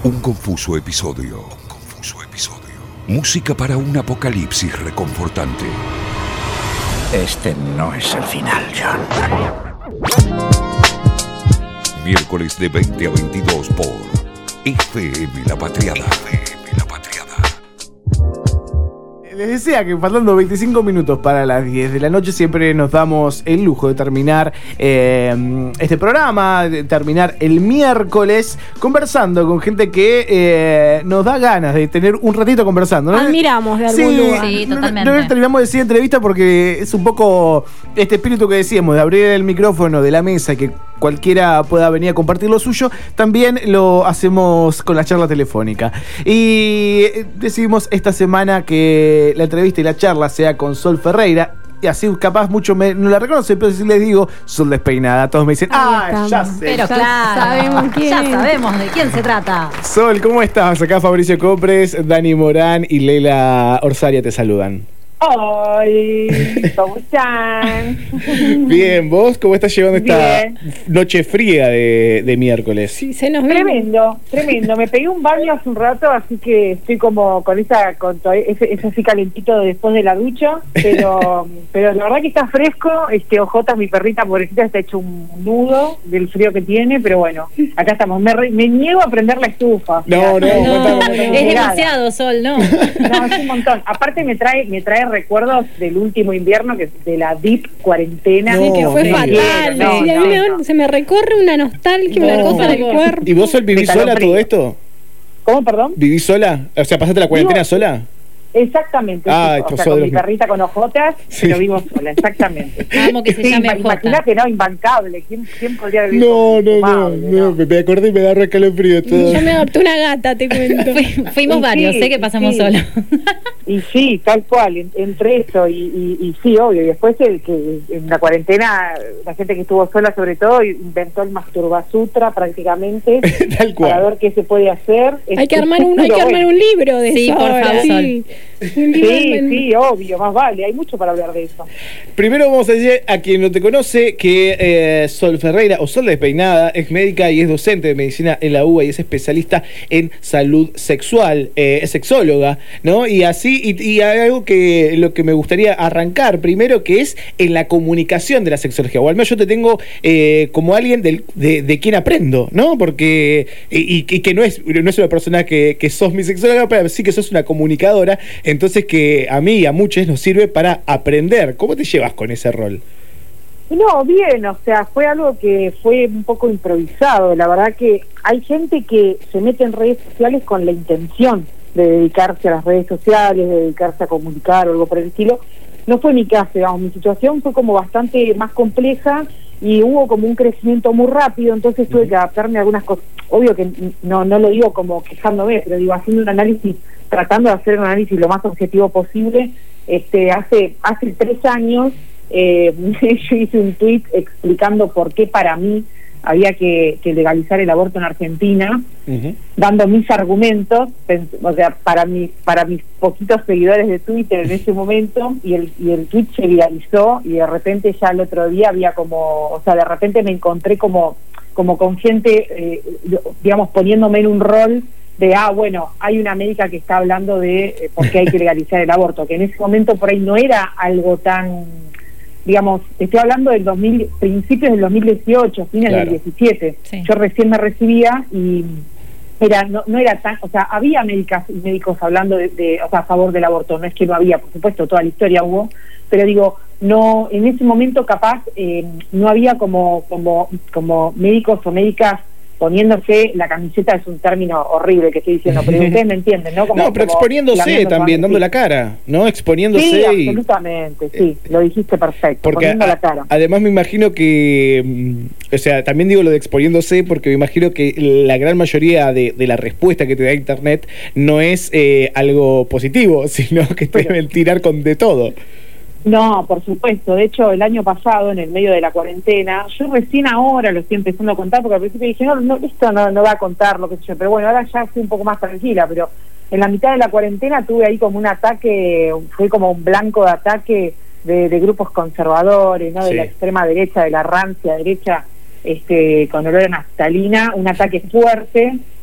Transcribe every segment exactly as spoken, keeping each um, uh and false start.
Un confuso episodio. Un confuso episodio. Música para un apocalipsis reconfortante. Este no es el final, John. Miércoles de veinte a veintidós por F M La Patriada. F M La Patriada. Les decía que faltando veinticinco minutos para las diez de la noche siempre nos damos el lujo de terminar eh, este programa, de terminar el miércoles conversando con gente que eh, nos da ganas de tener un ratito conversando, ¿no? Admiramos de algún sí, lugar. Sí, no, totalmente. No, no terminamos de decir entrevista porque es un poco este espíritu que decíamos de abrir el micrófono de la mesa y que cualquiera pueda venir a compartir lo suyo. También lo hacemos con la charla telefónica. Y decidimos esta semana que la entrevista y la charla sea con Sol Ferreira. Y así capaz mucho me, no la reconocen, pero si les digo Sol Despeinada, todos me dicen, ah, estamos. ya sé. Pero Ya claro, sabemos quién ya es. sabemos de quién se trata. Sol, ¿cómo estás? Acá Fabricio Copres, Dani Morán y Leila Orsaria te saludan. Hola, ¿cómo están? Bien, ¿vos cómo estás llevando esta Bien. noche fría de, de miércoles? Sí, se nos ve. Tremendo, tremendo. Me pegué un baño hace un rato, así que estoy como con esa, con todo ese, ese así calentito después de la ducha, pero, pero la verdad que está fresco. Este, Ojotas, mi perrita pobrecita, está hecho un nudo del frío que tiene, pero bueno, acá estamos. Me, re- me niego a prender la estufa. No, no, No, contame, contame. Es demasiado, Sol, ¿no? No, es un montón. Aparte me trae, me trae recuerdos del último invierno, que es de la deep cuarentena. No, Sí, que fue horrible. fatal. No, Sí, a no, mí me- no. se me recorre una nostalgia, No. una cosa del cuerpo. ¿Y vos, Sol, vivís Me sola calofrío. todo esto? ¿Cómo, perdón? ¿Vivís sola? O sea, ¿pasaste la cuarentena Vivo- sola? Exactamente, Ay, sí, o sos sea, de con los mi mi- perrita con ojotas, Sí. pero vivo sola, exactamente. Amo que se Sí, llame ima- Ojota. Imagínate, no, imbancable. ¿Quién, quién podría vivir No, con no, no, infumable, no, me me acordé y me da recalofrío todo. Yo me adopté una gata, te cuento. Fui- fuimos Sí, varios, sé que pasamos sí. solos. Y sí, tal cual, en- entre eso y, y, y sí, obvio. Y después el que en la cuarentena, la gente que estuvo sola sobre todo, inventó el Masturbasutra prácticamente. Tal Para cual. ver qué se puede hacer. Hay que armar un, hay que Pero armar bueno. un libro de Sí, eso por ahora, favor, sí. Un libro Sí, en- sí, obvio, más vale. Hay mucho para hablar de eso. Primero vamos a decir a quien no te conoce que eh, Sol Ferreira, o Sol Despeinada, es médica y es docente de medicina en la U B A y es especialista en salud sexual, eh, es sexóloga, ¿no? Y así, y, y hay algo que lo que me gustaría arrancar primero, que es en la comunicación de la sexología, o al menos yo te tengo eh, como alguien del- de, de quien aprendo, ¿no? Porque, y, y- y que no es, no es una persona que, que sos mi sexóloga, pero sí que sos una comunicadora, entonces que a mí y a muchos nos sirve para aprender. ¿Cómo te llevas con ese rol? No, bien, o sea, fue algo que fue un poco improvisado. La verdad que hay gente que se mete en redes sociales con la intención de dedicarse a las redes sociales, de dedicarse a comunicar o algo por el estilo. No fue mi caso, digamos, mi situación fue como bastante más compleja y hubo como un crecimiento muy rápido, entonces tuve que adaptarme a algunas cosas. Obvio que no, no lo digo como quejándome, pero digo, haciendo un análisis, tratando de hacer un análisis lo más objetivo posible. Este, hace, hace tres años eh, yo hice un tuit explicando por qué para mí había que, que legalizar el aborto en Argentina, Uh-huh. dando mis argumentos, pens- o sea, para mis, para mis poquitos seguidores de Twitter en ese momento, y el, y el tweet se viralizó, y de repente ya el otro día había como, o sea, de repente me encontré como, como con gente, eh, digamos, poniéndome en un rol de, ah, bueno, hay una médica que está hablando de eh, por qué hay que legalizar el aborto, que en ese momento por ahí no era algo tan, digamos, estoy hablando del dos mil, principios del dos mil dieciocho, fines Claro. del diecisiete. Sí. Yo recién me recibía y era no, no era tan, o sea, había médicas y médicos hablando de, de, o sea, a favor del aborto, no es que no había, por supuesto, toda la historia hubo, pero digo, no, en ese momento capaz eh, no había como, como, como médicos o médicas poniéndose la camiseta, es un término horrible que estoy diciendo, pero ustedes me entienden, ¿no? Como, No, pero como exponiéndose flameando también, con- dando sí. la cara, ¿no? Exponiéndose Sí, y... absolutamente, sí, lo dijiste perfecto, Porque poniendo a- la cara. además me imagino que, mm, o sea, también digo lo de exponiéndose porque me imagino que la gran mayoría de, de la respuesta que te da Internet no es eh, algo positivo, sino que te Pero- deben tirar con de todo. No, por supuesto. De hecho, el año pasado, en el medio de la cuarentena, yo recién ahora lo estoy empezando a contar, porque al principio dije, no, no esto no, no va a contar lo que sé yo, pero bueno, ahora ya estoy un poco más tranquila, pero en la mitad de la cuarentena tuve ahí como un ataque, fue como un blanco de ataque de, de grupos conservadores, ¿no? De Sí. la extrema derecha, de la rancia derecha, este, con olor a naftalina, un ataque fuerte,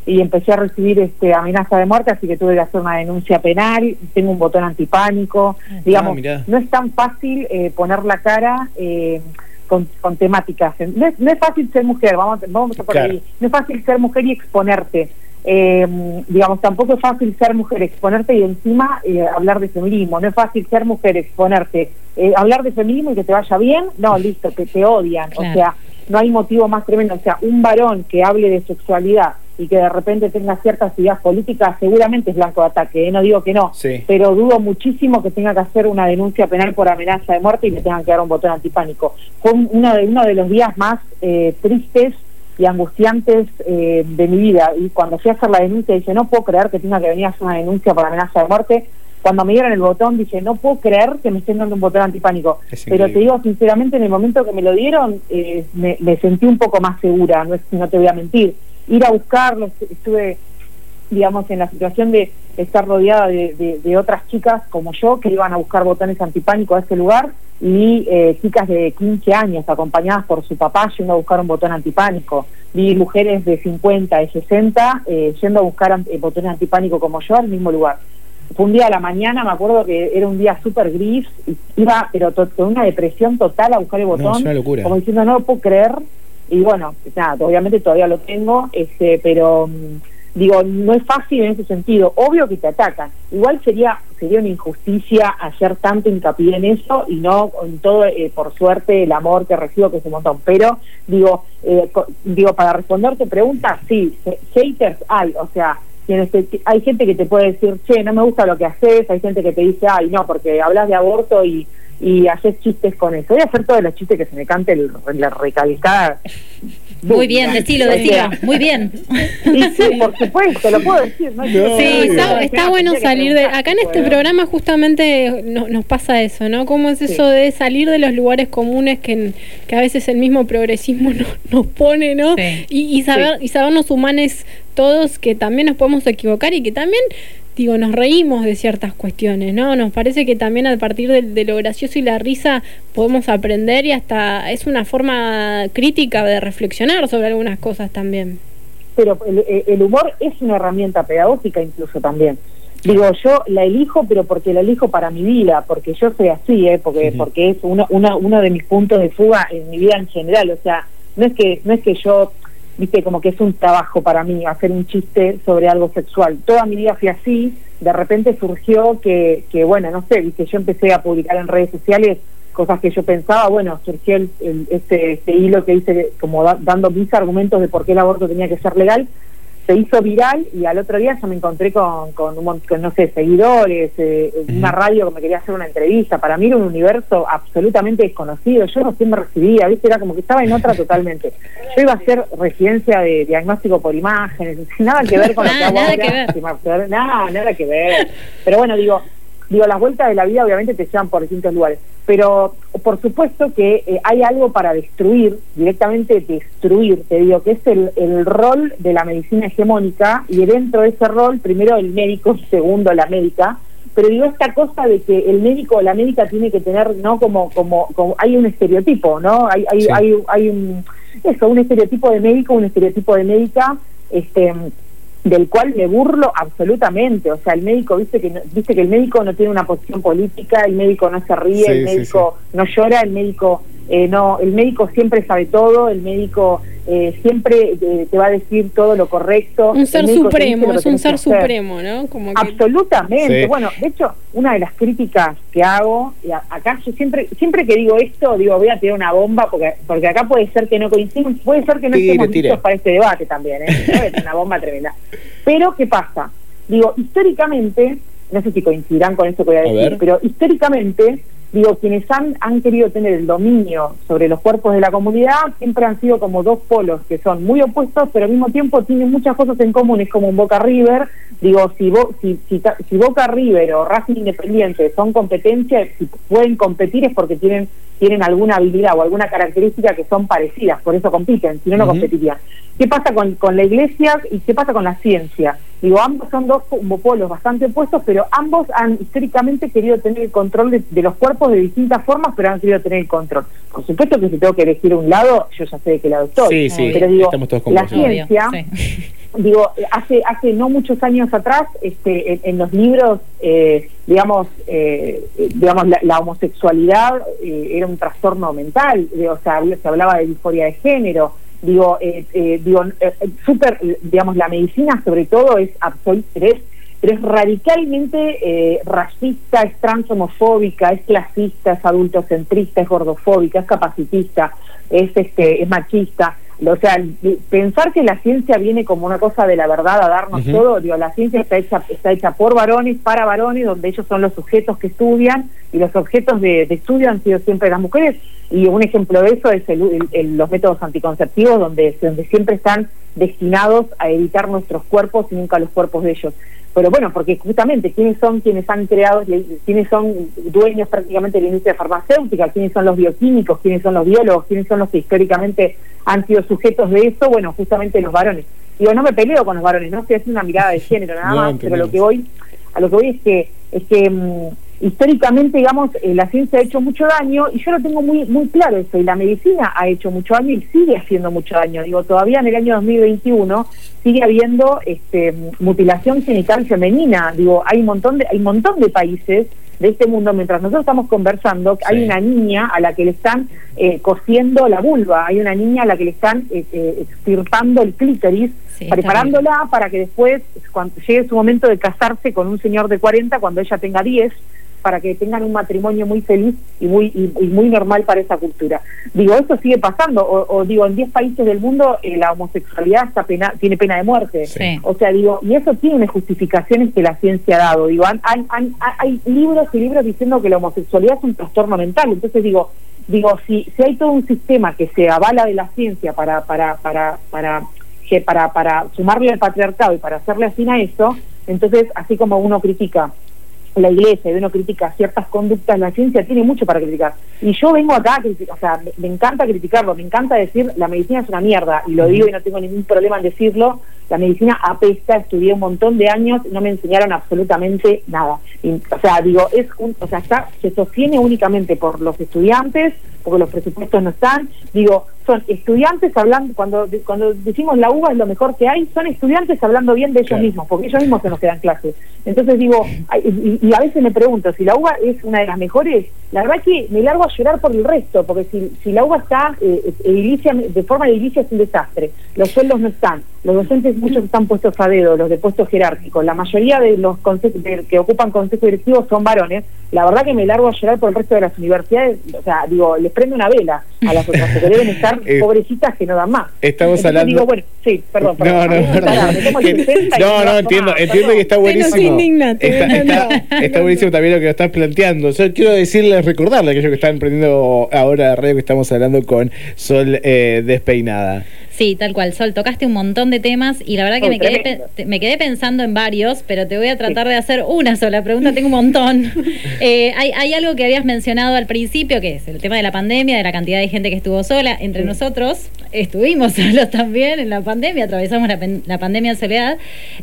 y empecé a recibir este amenaza de muerte, así que tuve que hacer una denuncia penal, tengo un botón antipánico, digamos, mirá. no es tan fácil eh, poner la cara eh, con, con temáticas, no es, no es fácil ser mujer, vamos, vamos a por Claro. ahí, no es fácil ser mujer y exponerte, eh, digamos, tampoco es fácil ser mujer, exponerte y encima eh, hablar de feminismo, no es fácil ser mujer, exponerte, eh, hablar de feminismo y que te vaya bien, no, listo, que te odian, Claro. o sea, no hay motivo más tremendo, o sea, un varón que hable de sexualidad y que de repente tenga ciertas ideas políticas, seguramente es blanco de ataque, ¿eh? No digo que no, Sí. pero dudo muchísimo que tenga que hacer una denuncia penal por amenaza de muerte y le tengan que dar un botón antipánico. Fue uno de, uno de los días más eh, tristes y angustiantes eh, de mi vida, y cuando fui a hacer la denuncia dije, no puedo creer que tenga que venir a hacer una denuncia por amenaza de muerte. Cuando me dieron el botón dije, no puedo creer que me estén dando un botón antipánico. Es Pero increíble. te digo sinceramente, en el momento que me lo dieron, eh, me, me sentí un poco más segura, no, es, no te voy a mentir. Ir a buscarlo, estuve, digamos, en la situación de estar rodeada de, de, de otras chicas como yo, que iban a buscar botones antipánico a ese lugar, y eh, chicas de quince años, acompañadas por su papá, yendo a buscar un botón antipánico. Vi mujeres de cincuenta, de sesenta, eh, yendo a buscar an- eh, botones antipánico como yo al mismo lugar. Fue un día a la mañana, me acuerdo que era un día súper gris, y iba pero to- con una depresión total a buscar el No, botón, es una locura. como diciendo no lo puedo creer, y bueno, nada, obviamente todavía lo tengo, este, pero mm, digo, no es fácil en ese sentido, obvio que te atacan, igual sería sería una injusticia hacer tanto hincapié en eso y no en todo, eh, por suerte, el amor que recibo, que es un montón, pero digo, eh, co- digo para responderte preguntas, sí, he- haters hay, o sea, tienes que- hay gente que te puede decir, che, no me gusta lo que haces, hay gente que te dice, ay, no, porque hablas de aborto y, y haces chistes con eso. Voy a hacer todos los chistes que se me cante el, la recalcada. Muy bien, decilo, O sea, decilo. Muy bien. Y sí, por supuesto, lo puedo decir. No, No, Sí, obvio. está, está bueno salir de... Acá en este programa justamente no- nos pasa eso, ¿no? ¿Cómo es eso Sí. de salir de los lugares comunes que, que a veces el mismo progresismo no- nos pone, ¿no? Sí. Y, y saber y sabernos humanes todos, que también nos podemos equivocar y que también, digo, nos reímos de ciertas cuestiones, ¿no? Nos parece que también a partir de, de lo gracioso y la risa podemos aprender, y hasta es una forma crítica de reflexionar sobre algunas cosas también. Pero el, el humor es una herramienta pedagógica incluso también. Digo, yo la elijo, pero porque la elijo para mi vida, porque yo soy así, ¿eh? porque Ujú. porque es uno, uno, uno de mis puntos de fuga en mi vida en general. O sea, no es que no es que yo, viste, como que es un trabajo para mí hacer un chiste sobre algo sexual. Toda mi vida fui así, de repente surgió que, que bueno, no sé, viste, yo empecé a publicar en redes sociales cosas que yo pensaba, bueno, surgió el, el- este, este hilo que hice como da- dando mis argumentos de por qué el aborto tenía que ser legal, se hizo viral y al otro día yo me encontré con, con, un, mon- con no sé, seguidores, eh, una radio que me quería hacer una entrevista. Para mí era un universo absolutamente desconocido, yo no sé, me recibía, ¿viste? Era como que estaba en otra totalmente. Yo iba a hacer residencia de diagnóstico por imágenes, nada que ver con lo que Nada, hago nada ahora, que ver. sin más- nada, nada que ver. Pero bueno, digo, digo, las vueltas de la vida obviamente te llevan por distintos lugares, pero por supuesto que eh, hay algo para destruir, directamente destruir, te digo, que es el, el rol de la medicina hegemónica, y dentro de ese rol, primero el médico, segundo la médica, pero digo, esta cosa de que el médico o la médica tiene que tener, ¿no? Como, como, como hay un estereotipo, ¿no? Hay, hay, Sí. hay, hay un, eso, un estereotipo de médico, un estereotipo de médica, este del cual me burlo absolutamente. O sea, el médico, viste que no, viste que el médico no tiene una posición política, el médico no se ríe, Sí, el sí, médico no llora, el médico eh, no, el médico siempre sabe todo, el médico eh, siempre eh, te va a decir todo lo correcto. Un ser El médico te dice supremo, lo que es un tenés que ser hacer. supremo, ¿no? Como que... Absolutamente. Sí. Bueno, de hecho, una de las críticas que hago, y a- acá yo siempre siempre que digo esto, digo, voy a tirar una bomba, porque porque acá puede ser que no coinciden, puede ser que no Tire, estemos tire. listos para este debate también, ¿eh? Voy a tirar una bomba tremenda. Pero, ¿qué pasa? Digo, históricamente, no sé si coincidirán con esto que voy a A decir, ver. pero históricamente, digo, quienes han, han querido tener el dominio sobre los cuerpos de la comunidad siempre han sido como dos polos que son muy opuestos, pero al mismo tiempo tienen muchas cosas en común. Es como un Boca River. Digo, si, Bo, si, si, ta- si Boca River o Racing Independiente son competencias, si pueden competir es porque tienen tienen alguna habilidad o alguna característica que son parecidas, por eso compiten, si no, no Ujú. competirían. ¿Qué pasa con, con la iglesia y qué pasa con la ciencia? Digo, ambos son dos como polos bastante opuestos, pero ambos han históricamente querido tener el control de, de los cuerpos de distintas formas, pero han querido tener el control. Por supuesto que si tengo que elegir un lado, yo ya sé de qué lado estoy. Sí, sí, pero digo, estamos todos con la vos, ¿no? ciencia, Obvio, sí. digo, hace hace no muchos años atrás, este, en, en los libros, eh, digamos, eh, digamos la, la homosexualidad eh, era un trastorno mental, de, o sea, se hablaba de disforia de género, digo, eh, eh, digo, eh, súper, digamos, la medicina sobre todo es absoluta, es, pero es radicalmente eh, racista, es transhomofóbica, es clasista, es adultocentrista, es gordofóbica, es capacitista, es este, es machista. O sea, pensar que la ciencia viene como una cosa de la verdad a darnos uh-huh. todo, digo, la ciencia está hecha está hecha por varones, para varones, donde ellos son los sujetos que estudian, y los objetos de, de estudio han sido siempre las mujeres, y un ejemplo de eso es el, el, el, los métodos anticonceptivos, donde, donde siempre están destinados a evitar nuestros cuerpos y nunca los cuerpos de ellos. Pero bueno, porque justamente, ¿quiénes son quienes han creado, quiénes son dueños prácticamente de la industria farmacéutica, quiénes son los bioquímicos, quiénes son los biólogos, quiénes son los que históricamente han sido sujetos de eso? Bueno, justamente los varones. Digo, no me peleo con los varones, no estoy haciendo una mirada de género nada no, más, pero lo que voy, a lo que voy es que, es que um, históricamente, digamos, eh, la ciencia ha hecho mucho daño, y yo lo tengo muy muy claro eso, y la medicina ha hecho mucho daño y sigue haciendo mucho daño. Digo, todavía en el año dos mil veintiuno sigue habiendo este, mutilación genital femenina. Digo, hay un montón de hay un montón de países de este mundo, mientras nosotros estamos conversando, sí. Hay una niña a la que le están eh, cosiendo la vulva, hay una niña a la que le están eh, eh, extirpando el clítoris, sí, preparándola para que después, cuando llegue su momento de casarse con un señor de cuarenta, cuando ella tenga diez, para que tengan un matrimonio muy feliz y muy y, y muy normal para esa cultura. Digo, eso sigue pasando, o, o digo, en diez países del mundo eh, la homosexualidad está pena, tiene pena de muerte. Sí. O sea, digo, y eso tiene justificaciones que la ciencia ha dado. Digo, han, han, han, hay libros y libros diciendo que la homosexualidad es un trastorno mental. Entonces digo, digo, si si hay todo un sistema que se avala de la ciencia para para para para que para para sumarle al patriarcado y para hacerle afín a eso, entonces, así como uno critica la iglesia y uno critica ciertas conductas, la ciencia tiene mucho para criticar. Y yo vengo acá a criticar, o sea, me, me encanta criticarlo, me encanta decir la medicina es una mierda, y lo digo y no tengo ningún problema en decirlo. La medicina apesta, estudié un montón de años, no me enseñaron absolutamente nada. Y, o sea, digo, es un, o sea, está, se sostiene únicamente por los estudiantes, porque los presupuestos no están. Digo, son estudiantes hablando, cuando cuando decimos la U B A es lo mejor que hay, son estudiantes hablando bien de ellos claro. mismos, porque ellos mismos se nos quedan clases. Entonces digo, y, y a veces me pregunto, si la U B A es una de las mejores, la verdad que me largo a llorar por el resto, porque si, si la U B A está eh, edilicia, de forma edilicia es un desastre, los sueldos no están, los docentes muchos están puestos a dedo, los de puestos jerárquicos, la mayoría de los consejos de, que ocupan consejos directivos son varones. La verdad que me largo a llorar por el resto de las universidades, o sea, digo, les prendo una vela a las otras, porque deben estar eh, pobrecitas que no dan más. Estamos Entonces, hablando... digo, bueno, sí, perdón, perdón. No, no, perdón. Que, no, no, entiendo, entiendo que está buenísimo. Está, está, está buenísimo también lo que lo estás planteando. Yo quiero decirles, recordarles a aquellos que están prendiendo ahora la radio, que estamos hablando con Sol eh, Despeinada. Sí, tal cual. Sol, tocaste un montón de temas y la verdad que oh, me, quedé pe me quedé pensando en varios, pero te voy a tratar sí. de hacer una sola pregunta, tengo un montón. eh, hay, hay algo que habías mencionado al principio, que es el tema de la pandemia, de la cantidad de gente que estuvo sola. Entre sí. nosotros estuvimos solos también en la pandemia, atravesamos la, la pandemia en soledad.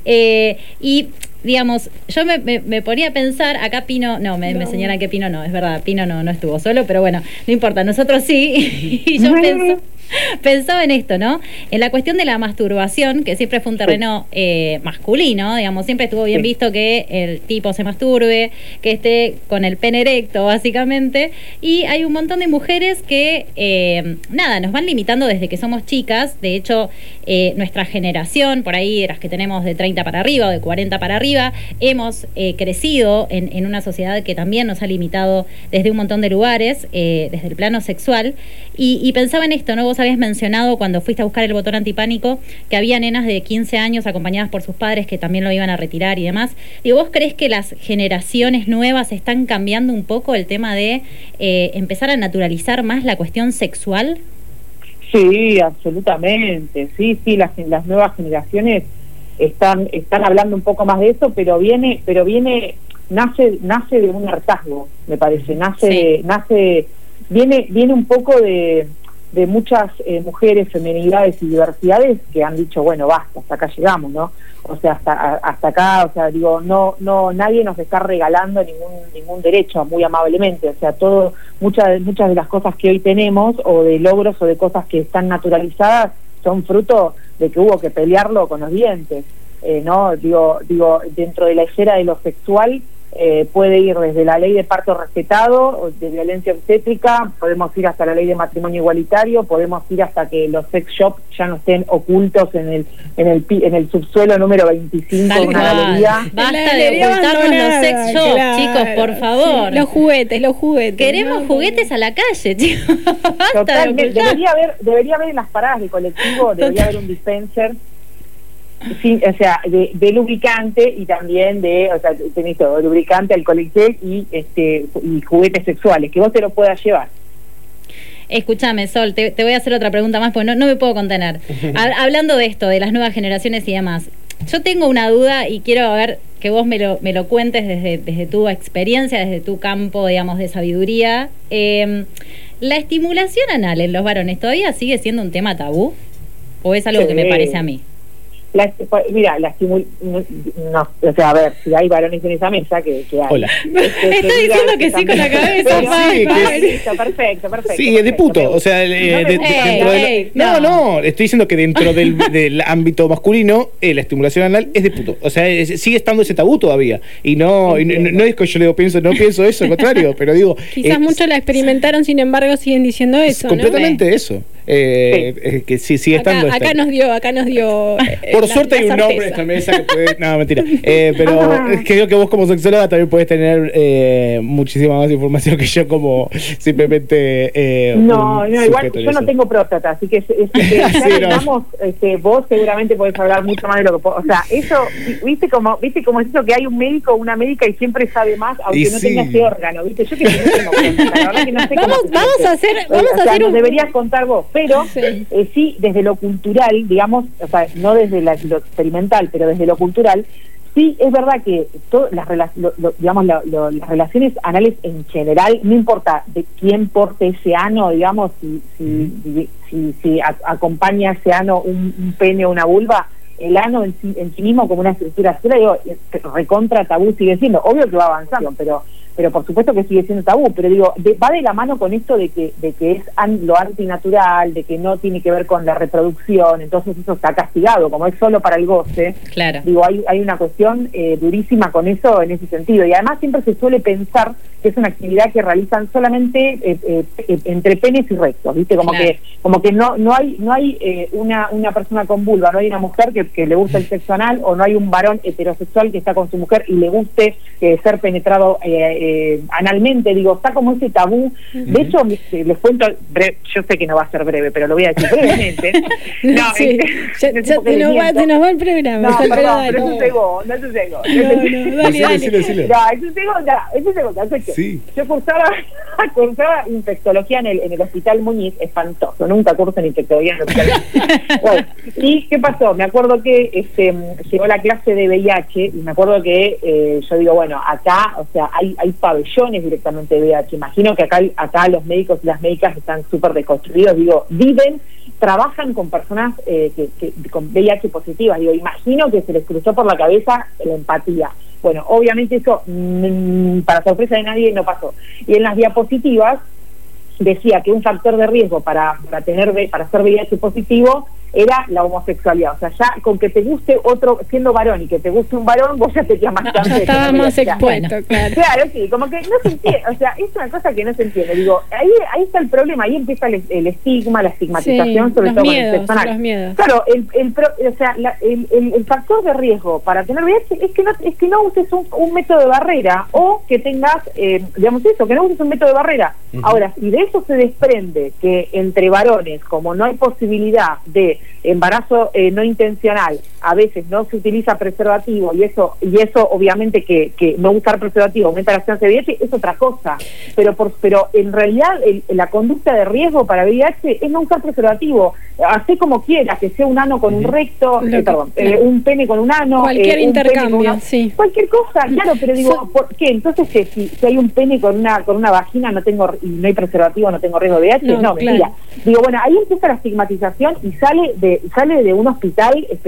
Eh, y... digamos, yo me, me, me ponía a pensar, acá Pino, no, me, no. me señalan que Pino no, es verdad, Pino no, no estuvo solo, pero bueno, no importa, nosotros sí, y yo penso, pensaba en esto, ¿no? En la cuestión de la masturbación, que siempre fue un terreno eh, masculino, digamos, siempre estuvo bien sí. visto que el tipo se masturbe, que esté con el pene erecto, básicamente, y hay un montón de mujeres que, eh, nada, nos van limitando desde que somos chicas. De hecho, eh, nuestra generación, por ahí, las que tenemos de treinta para arriba o de cuarenta para arriba, hemos eh, crecido en, en una sociedad que también nos ha limitado desde un montón de lugares, eh, desde el plano sexual, y, y pensaba en esto, ¿no? Vos habías mencionado cuando fuiste a buscar el botón antipánico que había nenas de quince años acompañadas por sus padres que también lo iban a retirar y demás. Digo, ¿vos crees que las generaciones nuevas están cambiando un poco el tema de eh, empezar a naturalizar más la cuestión sexual? Sí, absolutamente, sí, sí, las, las nuevas generaciones están están hablando un poco más de eso, pero viene pero viene nace nace de un hartazgo, me parece, nace sí. nace viene viene un poco de de muchas eh, mujeres, feminidades y diversidades que han dicho, bueno, basta, hasta acá llegamos, ¿no? O sea, hasta hasta acá, o sea, digo, no no nadie nos está regalando ningún ningún derecho, muy amablemente, o sea, todo muchas muchas de las cosas que hoy tenemos, o de logros o de cosas que están naturalizadas, son fruto de que hubo que pelearlo con los dientes, eh, ¿no? Digo, digo, dentro de la esfera de lo sexual, Eh, puede ir desde la ley de parto respetado, de violencia obstétrica, podemos ir hasta la ley de matrimonio igualitario, podemos ir hasta que los sex shops ya no estén ocultos en el en el en el subsuelo número veinticinco Tal de una cual. galería. Basta de ocultarnos los sex shops, claro. chicos, por favor. Sí, los juguetes, los juguetes. Queremos ¿no? juguetes a la calle, chicos. Basta Totalmente, de ocultar. debería haber, debería haber en las paradas de colectivo, debería haber un dispenser. Sí, o sea, de, de lubricante y también de, o sea, tenés todo, lubricante, alcohol en gel y este y juguetes sexuales, que vos te lo puedas llevar. Escúchame, Sol, te, te voy a hacer otra pregunta más, porque no, no me puedo contener. Ha, hablando de esto, de las nuevas generaciones y demás, yo tengo una duda y quiero ver que vos me lo, me lo cuentes desde, desde tu experiencia, desde tu campo, digamos, de sabiduría. Eh, ¿La estimulación anal en los varones todavía sigue siendo un tema tabú? ¿O es algo Sí. que me parece a mí? La, mira, la estimul no, no, o sea, a ver, si hay varones en esa mesa, que, que hay. Hola. Este, Está que diciendo digan que sí con la cabeza, Pero- sí, que Ay, sí. listo, perfecto, perfecto. Sí, es de perfecto, puto. me O sea, eh, de- de- Ey, dentro del- ey, no, no. no, estoy diciendo que dentro del, del ámbito masculino, eh, la estimulación anal es de puto. O sea, es- sigue estando ese tabú todavía. Y no, y no, no es que yo le digo, pienso, no pienso eso, al contrario, pero digo. Quizás eh, muchos la experimentaron, sin embargo siguen diciendo es eso, completamente eso. Eh, eh, que sí, sigue ¿no? Acá, estando. acá esta- nos dio, acá nos dio. eh, Por la- suerte hay la un hombre en certeza. esta mesa que puede. No, mentira. Eh, pero es que creo que vos, como sexóloga, también puedes tener eh, muchísima más información que yo, como simplemente. Eh, No, un no, igual sujeto en yo no eso. tengo próstata, así que, es, es- que ya Sí, no. digamos, este, vos seguramente podés hablar mucho más de lo que puedo. O sea, eso, viste como, viste como es eso que hay un médico o una médica y siempre sabe más, aunque Y no sí. tenga ese órgano, viste. Yo que no tengo próstata, la verdad que no sé cómo Vamos, se vamos siente. a hacer, Eh, vamos o a sea, hacer nos un. deberías contar vos, pero Sí. eh, sí, desde lo cultural, digamos, o sea, no desde la- lo experimental, pero desde lo cultural, sí es verdad que todo, las, rela- lo- lo- digamos, lo- lo- las relaciones anales en general, no importa de quién porte ese ano, digamos, si, si, si, si, si a- acompaña ese ano un, un pene o una vulva, el ano en sí, en sí mismo como una estructura sola, digo, es- recontra tabú sigue siendo, obvio que va avanzando, pero pero por supuesto que sigue siendo tabú, pero digo, de, va de la mano con esto de que de que es an, lo antinatural, de que no tiene que ver con la reproducción, entonces eso está castigado, como es solo para el goce. Claro. Digo, hay, hay una cuestión eh, durísima con eso en ese sentido, y además siempre se suele pensar que es una actividad que realizan solamente eh, eh, eh, entre penes y rectos, ¿viste? Como Claro. que como que no no hay no hay eh, una una persona con vulva, no hay una mujer que, que le guste el sexo anal, o no hay un varón heterosexual que está con su mujer y le guste eh, ser penetrado eh, eh, analmente. Digo, está como ese tabú. De hecho, eh, les cuento, bre- yo sé que no va a ser breve, pero lo voy a decir brevemente. No, Sí, es- ya, no sé ya por qué se, les nos va, miento. se nos va el programa. No, ya, perdón, dale. pero es un segundo, no es un segundo. No, no, dale, Decile, dale. decile, decile. No, es un segundo, es un segundo. Es que Sí. Yo cursaba, cursaba infectología en el, en el Hospital Muñiz, espantoso, nunca curso en infectología en el Hospital Muñiz. Bueno, ¿y qué pasó? Me acuerdo que este, llegó la clase de V I H y me acuerdo que eh, yo digo, bueno, acá, o sea, hay, hay pabellones directamente de V I H. Imagino que acá, acá los médicos y las médicas están súper desconstruidos, digo, viven, trabajan con personas eh, que, que, con V I H positivas, digo, imagino que se les cruzó por la cabeza la empatía. Bueno, obviamente eso, mmm, para sorpresa de nadie, no pasó. Y en las diapositivas decía que un factor de riesgo para, para tener para ser V I H positivo era la homosexualidad. O sea, ya con que te guste otro, siendo varón y que te guste un varón, vos ya tenías más chance Ya de estaba tener más V I H. expuesto, Bueno. claro. Claro, sí, como que no se entiende, o sea, es una cosa que no se entiende. Digo, ahí ahí está el problema, ahí empieza el, el estigma, la estigmatización, Sí, sobre los todo miedos, con el sexo anal. los miedos. Claro, el, el, pro- o sea, la- el, el, el factor de riesgo para tener V I H es que no es que no uses un, un método de barrera, o que tengas, eh, digamos eso, que no uses un método de barrera. Ujú. Ahora, si de eso se desprende que entre varones, como no hay posibilidad de embarazo eh, no intencional, a veces no se utiliza preservativo, y eso y eso obviamente que, que no usar preservativo aumenta la chance de V I H, es otra cosa. Pero por pero en realidad el, la conducta de riesgo para V I H es no usar preservativo. Hacé como quieras, que sea un ano con un recto, Lo eh, que- perdón, eh, un pene con un ano, Cualquier eh, un pene con intercambio, una- sí. cualquier cosa, claro, pero digo, So- ¿por qué? Entonces, que si, si hay un pene con una con una vagina no tengo y no hay preservativo, no tengo riesgo de V I H, No, no, claro. mentira. Digo, bueno, ahí empieza la estigmatización y sale de sale de un hospital especializado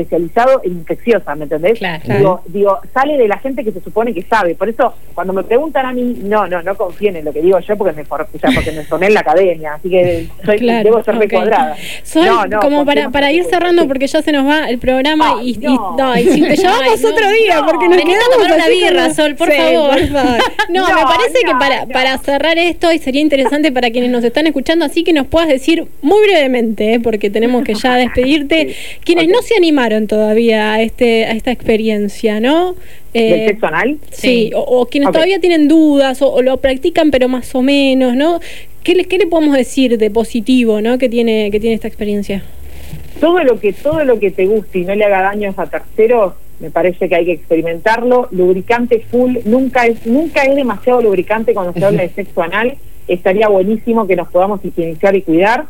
lado infecciosa, ¿me entendés? Claro. Digo, digo, sale de la gente que se supone que sabe. Por eso, cuando me preguntan a mí, no, no, no confíen en lo que digo yo porque me, for, o sea, porque me formé en la academia, así que soy, Claro, debo ser okay. recuadrada. Sol, no, no, como para, para ir cerrando, porque ya se nos va el programa Ay, y, y, no. no, y si te llamamos Ay, otro no, día, no. porque nos Venite a quedamos tomar una así birra, como- Sol, por Sí, favor. por favor. No, No, me parece no, que para, no. para cerrar esto, y sería interesante para quienes nos están escuchando, así que nos puedas decir muy brevemente, ¿eh? Porque tenemos que ya despedirte, quienes Ok. no se animaron todavía a este a esta experiencia, ¿no? Eh, ¿Del sexo anal? Sí, Sí. o, o quienes Ok. todavía tienen dudas o, o lo practican pero más o menos, ¿no? ¿Qué le, qué le podemos decir de positivo, ¿no? que tiene que tiene esta experiencia? Todo lo que todo lo que te guste y no le haga daños a terceros, me parece que hay que experimentarlo. Lubricante full, nunca es nunca es demasiado lubricante cuando se habla de sexo anal. Estaría buenísimo que nos podamos higienizar y cuidar.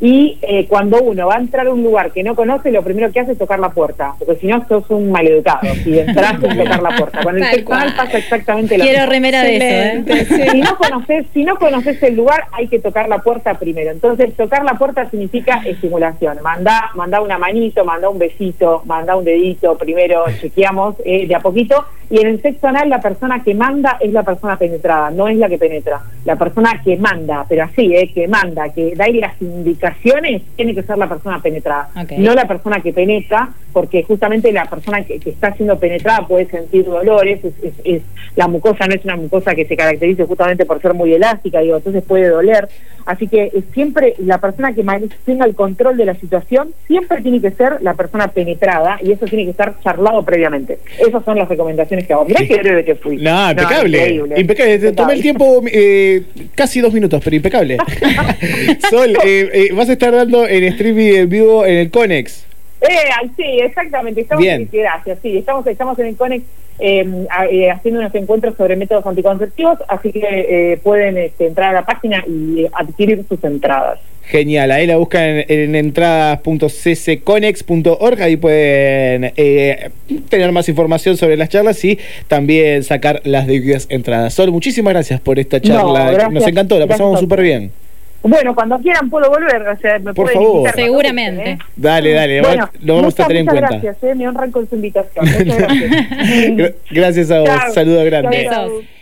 Y eh, cuando uno va a entrar a un lugar que no conoce, lo primero que hace es tocar la puerta, porque si no sos un maleducado, si entras sin tocar la puerta. Con el Tal sexo anal cual. pasa exactamente lo Quiero mismo. remera de eso, ¿eh? Excelente, Si no conoces, si no conoces el lugar, hay que tocar la puerta primero. Entonces, tocar la puerta significa estimulación. Mandá, mandá una manito, mandá un besito, mandá un dedito, primero chequeamos eh, de a poquito. Y en el sexo anal la persona que manda es la persona penetrada, no es la que penetra. La persona que manda, pero así, eh, que manda, que da las indicaciones, tiene que ser la persona penetrada. Ok. No la persona que penetra, porque justamente la persona que, que está siendo penetrada puede sentir dolores, es, es, es, la mucosa no es una mucosa que se caracterice justamente por ser muy elástica, digo, entonces puede doler. Así que eh, siempre la persona que tenga el control de la situación, siempre tiene que ser la persona penetrada, y eso tiene que estar charlado previamente. Esas son las recomendaciones que hago. Mirá qué breve que fui. No, impecable. increíble. Impecable. Te tomé el tiempo eh, casi dos minutos, pero impecable. Sol, eh, eh, vas a estar dando en streaming en vivo en el Conex. Eh, sí, exactamente. Estamos Bien. en, gracias, sí, estamos, estamos en el Conex eh, a- eh, haciendo unos encuentros sobre métodos anticonceptivos, así que eh, pueden este, entrar a la página y eh, adquirir sus entradas. Genial, ahí la buscan en, en entradas punto c c conex punto org, ahí pueden eh, tener más información sobre las charlas y también sacar las debidas entradas. Sol, muchísimas gracias por esta charla, No, gracias, nos encantó, la gracias pasamos a súper bien. Bueno, cuando quieran puedo volver, o sea, me Por pueden favor. invitar cuando Seguramente. gusten, ¿eh? Dale, dale, Bueno, lo vamos muchas, a tener en muchas cuenta. gracias, eh, me honran con su invitación. Muchas gracias. Gra- Gracias a vos, Chao. saludo grande. Chao, chao. Besos.